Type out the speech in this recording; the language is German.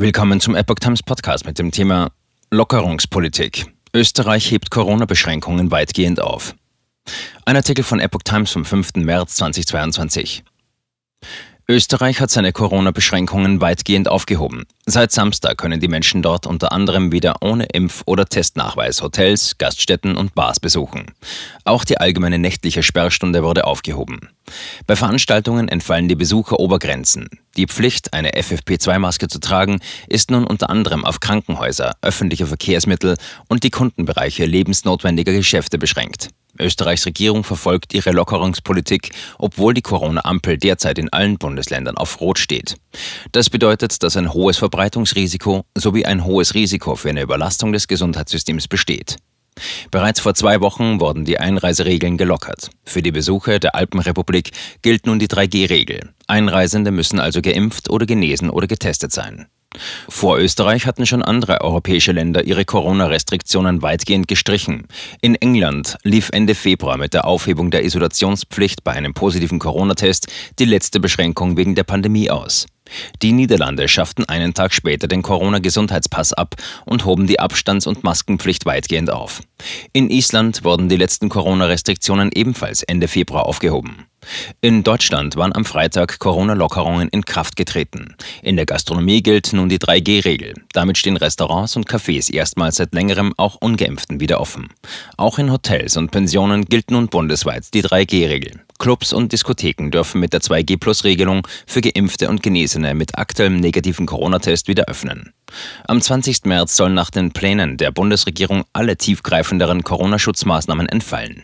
Willkommen zum Epoch Times Podcast mit dem Thema Lockerungspolitik. Österreich hebt Corona-Beschränkungen weitgehend auf. Ein Artikel von Epoch Times vom 5. März 2022. Österreich hat seine Corona-Beschränkungen weitgehend aufgehoben. Seit Samstag können die Menschen dort unter anderem wieder ohne Impf- oder Testnachweis Hotels, Gaststätten und Bars besuchen. Auch die allgemeine nächtliche Sperrstunde wurde aufgehoben. Bei Veranstaltungen entfallen die Besucherobergrenzen. Die Pflicht, eine FFP2-Maske zu tragen, ist nun unter anderem auf Krankenhäuser, öffentliche Verkehrsmittel und die Kundenbereiche lebensnotwendiger Geschäfte beschränkt. Österreichs Regierung verfolgt ihre Lockerungspolitik, obwohl die Corona-Ampel derzeit in allen Bundesländern auf Rot steht. Das bedeutet, dass ein hohes Verbreitungsrisiko sowie ein hohes Risiko für eine Überlastung des Gesundheitssystems besteht. Bereits vor 2 Wochen wurden die Einreiseregeln gelockert. Für die Besucher der Alpenrepublik gilt nun die 3G-Regel. Einreisende müssen also geimpft oder genesen oder getestet sein. Vor Österreich hatten schon andere europäische Länder ihre Corona-Restriktionen weitgehend gestrichen. In England lief Ende Februar mit der Aufhebung der Isolationspflicht bei einem positiven Corona-Test die letzte Beschränkung wegen der Pandemie aus. Die Niederlande schafften einen Tag später den Corona-Gesundheitspass ab und hoben die Abstands- und Maskenpflicht weitgehend auf. In Island wurden die letzten Corona-Restriktionen ebenfalls Ende Februar aufgehoben. In Deutschland waren am Freitag Corona-Lockerungen in Kraft getreten. In der Gastronomie gilt nun die 3G-Regel. Damit stehen Restaurants und Cafés erstmals seit längerem auch Ungeimpften wieder offen. Auch in Hotels und Pensionen gilt nun bundesweit die 3G-Regel. Clubs und Diskotheken dürfen mit der 2G-Plus-Regelung für Geimpfte und Genesene mit aktuellem negativen Corona-Test wieder öffnen. Am 20. März sollen nach den Plänen der Bundesregierung alle tiefgreifenderen Corona-Schutzmaßnahmen entfallen.